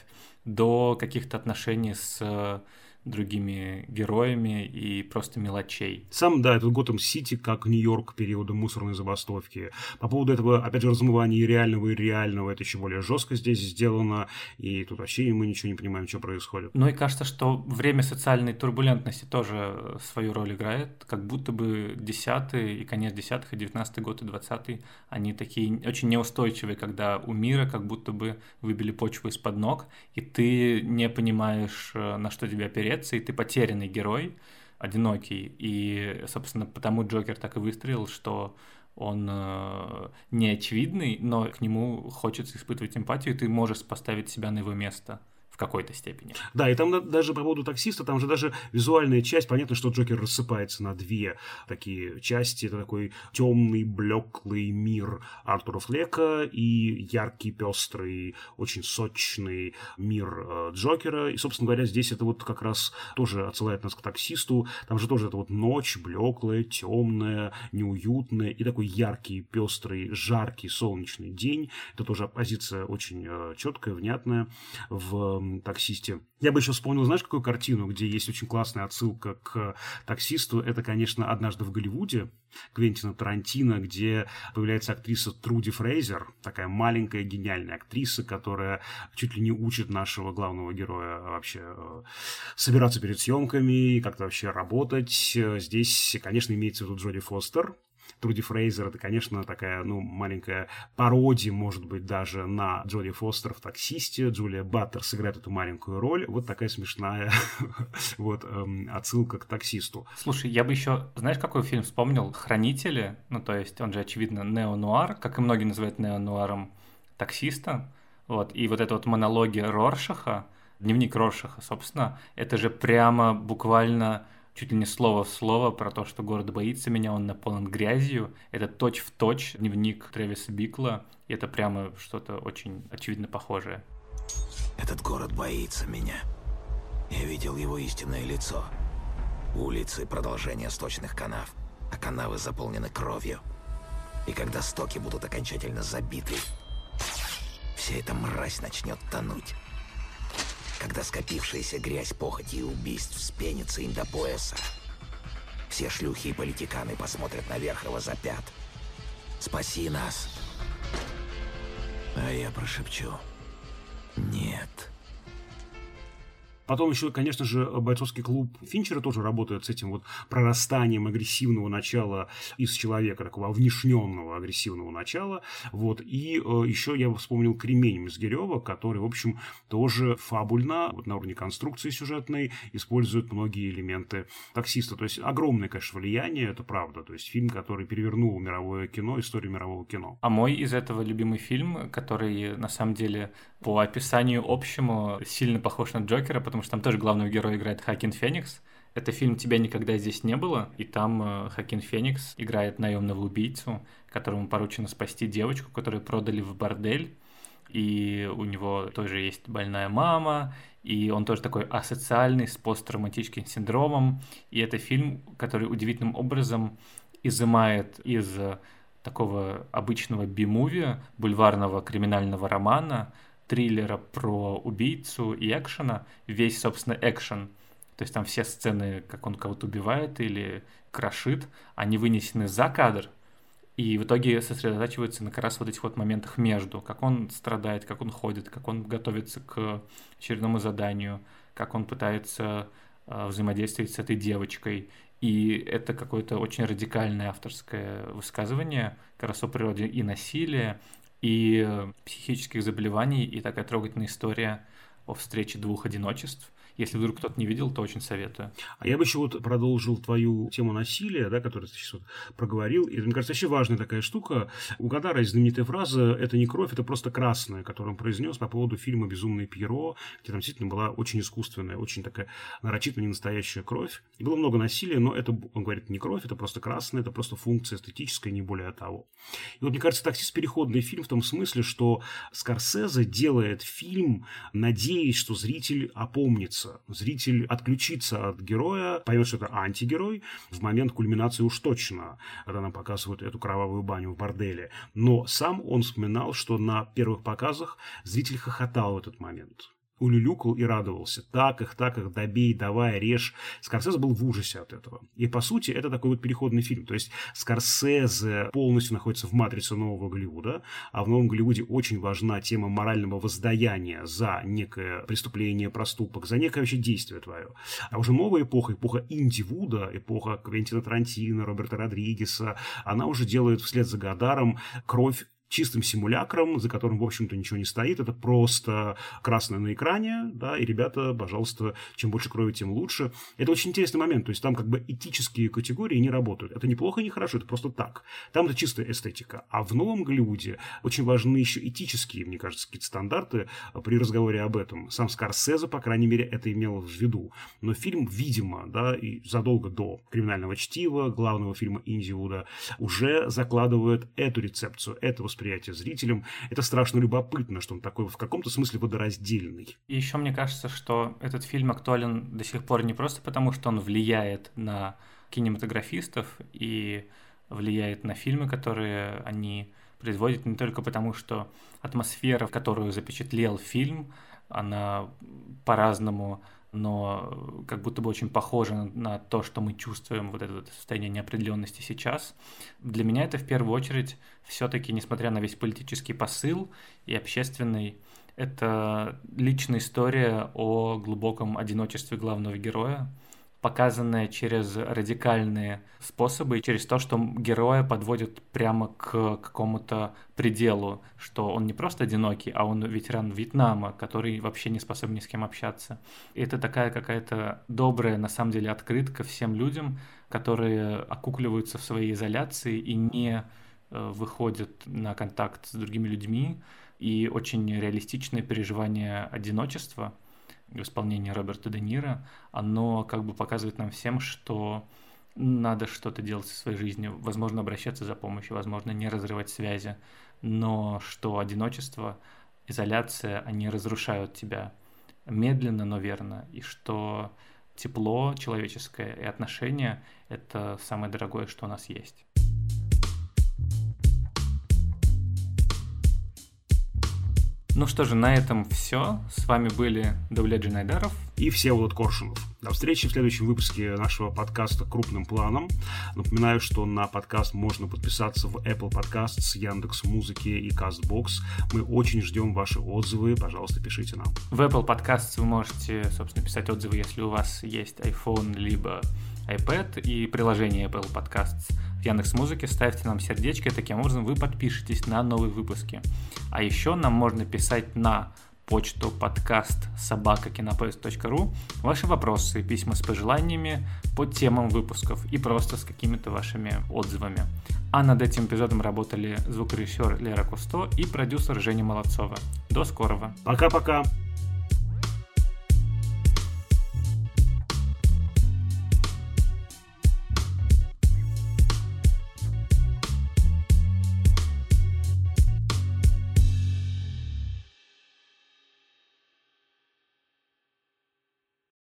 до каких-то отношений с другими героями и просто мелочей. Сам, да, этот Готэм-Сити как Нью-Йорк периода мусорной забастовки. По поводу этого, опять же, размывания реального и реального, это еще более жестко здесь сделано, и тут вообще мы ничего не понимаем, что происходит. Ну и кажется, что время социальной турбулентности тоже свою роль играет, как будто бы десятые и конец десятых, и девятнадцатый год, и двадцатый, они такие очень неустойчивые, когда у мира как будто бы выбили почву из-под ног, и ты не понимаешь, на что тебя опереться, и ты потерянный герой, одинокий, и, собственно, потому Джокер так и выстрелил, что он э, не очевидный, но к нему хочется испытывать эмпатию, и ты можешь поставить себя на его место в какой-то степени. Да, и там даже по поводу таксиста, там же даже визуальная часть, понятно, что Джокер рассыпается на две такие части. Это такой темный, блеклый мир Артура Флека и яркий, пестрый, очень сочный мир э, Джокера. И, собственно говоря, здесь это вот как раз тоже отсылает нас к таксисту. Там же тоже это вот ночь, блеклая, темная, неуютная, и такой яркий, пестрый, жаркий, солнечный день. Это тоже оппозиция очень э, четкая, внятная в таксисте. Я бы еще вспомнил, знаешь, какую картину, где есть очень классная отсылка к таксисту. Это, конечно, «Однажды в Голливуде» Квентина Тарантино, где появляется актриса Труди Фрейзер, такая маленькая гениальная актриса, которая чуть ли не учит нашего главного героя вообще собираться перед съемками, как-то вообще работать. Здесь, конечно, имеется в виду Джоди Фостер. Труди Фрейзер. Это, конечно, такая, ну, маленькая пародия, может быть, даже на Джоди Фостер в «Таксисте». Джулия Баттер сыграет эту маленькую роль. Вот такая смешная вот отсылка к «Таксисту». Слушай, я бы еще, знаешь, какой фильм вспомнил? «Хранители». Ну, то есть он же, очевидно, неонуар, как и многие называют неонуаром «Таксиста». Вот. И вот эта вот монология Роршаха, дневник Роршаха, собственно, это же прямо буквально чуть ли не слово в слово про то, что город боится меня, он наполнен грязью. Это точь-в-точь дневник Трэвиса Бикла, и это прямо что-то очень очевидно похожее. Этот город боится меня. Я видел его истинное лицо. Улицы — продолжение сточных канав, а канавы заполнены кровью. И когда стоки будут окончательно забиты, вся эта мразь начнет тонуть. Когда скопившаяся грязь, похоти и убийств вспенится им до пояса, все шлюхи и политиканы посмотрят наверх и возопят: «Спаси нас!» А я прошепчу: «Нет». Потом еще, конечно же, бойцовский клуб Финчера тоже работает с этим вот прорастанием агрессивного начала из человека, такого внешненного агрессивного начала. Вот. И э, еще я вспомнил «Кремень» Мизгирева, который, в общем, тоже фабульно, вот на уровне конструкции сюжетной, использует многие элементы «Таксиста». То есть огромное, конечно, влияние, это правда. То есть фильм, который перевернул мировое кино, историю мирового кино. А мой из этого любимый фильм, который, на самом деле, по описанию общему сильно похож на Джокера, потому что там тоже главного героя играет Хоакин Феникс. Это фильм «Тебя никогда здесь не было», и там э, Хоакин Феникс играет наемного убийцу, которому поручено спасти девочку, которую продали в бордель, и у него тоже есть больная мама, и он тоже такой асоциальный, с посттравматическим синдромом, и это фильм, который удивительным образом изымает из такого обычного би-муви, бульварного криминального романа, триллера про убийцу и экшена, весь, собственно, экшен. То есть там все сцены, как он кого-то убивает или крошит, они вынесены за кадр, и в итоге сосредотачиваются на как раз вот этих вот моментах между, как он страдает, как он ходит, как он готовится к очередному заданию, как он пытается э, взаимодействовать с этой девочкой. И это какое-то очень радикальное авторское высказывание как раз о природе и насилия, и психических заболеваний, и такая трогательная история о встрече двух одиночеств. Если вдруг кто-то не видел, то очень советую. А я бы еще вот продолжил твою тему насилия, да, которую ты сейчас вот проговорил. И, мне кажется, вообще важная такая штука. У Годара есть знаменитая фраза «это не кровь, это просто красное», которую он произнес по поводу фильма «Безумный Пьеро», где там действительно была очень искусственная, очень такая нарочито ненастоящая кровь. И было много насилия, но это, он говорит, не кровь, это просто красное, это просто функция эстетическая, не более того. И вот, мне кажется, «Таксист» — переходный фильм в том смысле, что Скорсезе делает фильм, надеясь, что зритель опомнится. Зритель отключится от героя, поймет, что это антигерой, в момент кульминации уж точно, когда нам показывают эту кровавую баню в борделе. Но сам он вспоминал, что на первых показах зритель хохотал в этот момент. Улюлюкал и радовался. Так их, так их, добей, давай, режь. Скорсезе был в ужасе от этого. И, по сути, это такой вот переходный фильм. То есть Скорсезе полностью находится в матрице нового Голливуда, а в новом Голливуде очень важна тема морального воздаяния за некое преступление, проступок, за некое вообще действие твое. А уже новая эпоха, эпоха Инди-Вуда, эпоха Квентина Тарантино, Роберта Родригеса, она уже делает вслед за Годаром кровь чистым симулякром, за которым, в общем-то, ничего не стоит. Это просто красное на экране, да, и, ребята, пожалуйста, чем больше крови, тем лучше. Это очень интересный момент, то есть там как бы этические категории не работают. Это не плохо и не хорошо, это просто так. Там это чистая эстетика. А в новом Голливуде очень важны еще этические, мне кажется, какие-то стандарты при разговоре об этом. Сам Скорсезе, по крайней мере, это имел в виду. Но фильм, видимо, да, и задолго до «Криминального чтива», главного фильма Инди-Вуда, уже закладывает эту рецепцию, этого восприятие зрителям. Это страшно любопытно, что он такой в каком-то смысле водораздельный. И еще мне кажется, что этот фильм актуален до сих пор не просто потому, что он влияет на кинематографистов и влияет на фильмы, которые они производят, не только потому, что атмосфера, в которую запечатлел фильм, она по-разному, но как будто бы очень похоже на, на то, что мы чувствуем, вот это состояние неопределенности сейчас. Для меня это в первую очередь все-таки, несмотря на весь политический посыл и общественный, это личная история о глубоком одиночестве главного героя, показанное через радикальные способы, через то, что героя подводят прямо к какому-то пределу, что он не просто одинокий, а он ветеран Вьетнама, который вообще не способен ни с кем общаться. И это такая какая-то добрая, на самом деле, открытка всем людям, которые окукливаются в своей изоляции и не выходят на контакт с другими людьми, и очень реалистичное переживание одиночества в исполнении Роберта Де Ниро, оно как бы показывает нам всем, что надо что-то делать со своей жизнью, возможно, обращаться за помощью, возможно, не разрывать связи, но что одиночество, изоляция, они разрушают тебя медленно, но верно, и что тепло человеческое и отношения — это самое дорогое, что у нас есть. Ну что же, на этом все. С вами были Давлет Джинайдаров и Всеволод Коршунов. До встречи в следующем выпуске нашего подкаста «Крупным планом». Напоминаю, что на подкаст можно подписаться в Apple Podcasts, Яндекс.Музыки и Castbox. Мы очень ждем ваши отзывы. Пожалуйста, пишите нам. В Apple Podcasts вы можете, собственно, писать отзывы, если у вас есть iPhone либо iPad и приложение Apple Podcasts. В Яндекс.Музыке ставьте нам сердечко, и таким образом вы подпишетесь на новые выпуски. А еще нам можно писать на почту подкаст собака кинопоиск точка ру ваши вопросы, письма с пожеланиями по темам выпусков и просто с какими-то вашими отзывами. А над этим эпизодом работали звукорежиссер Лера Кусто и продюсер Женя Молодцова. До скорого. Пока-пока.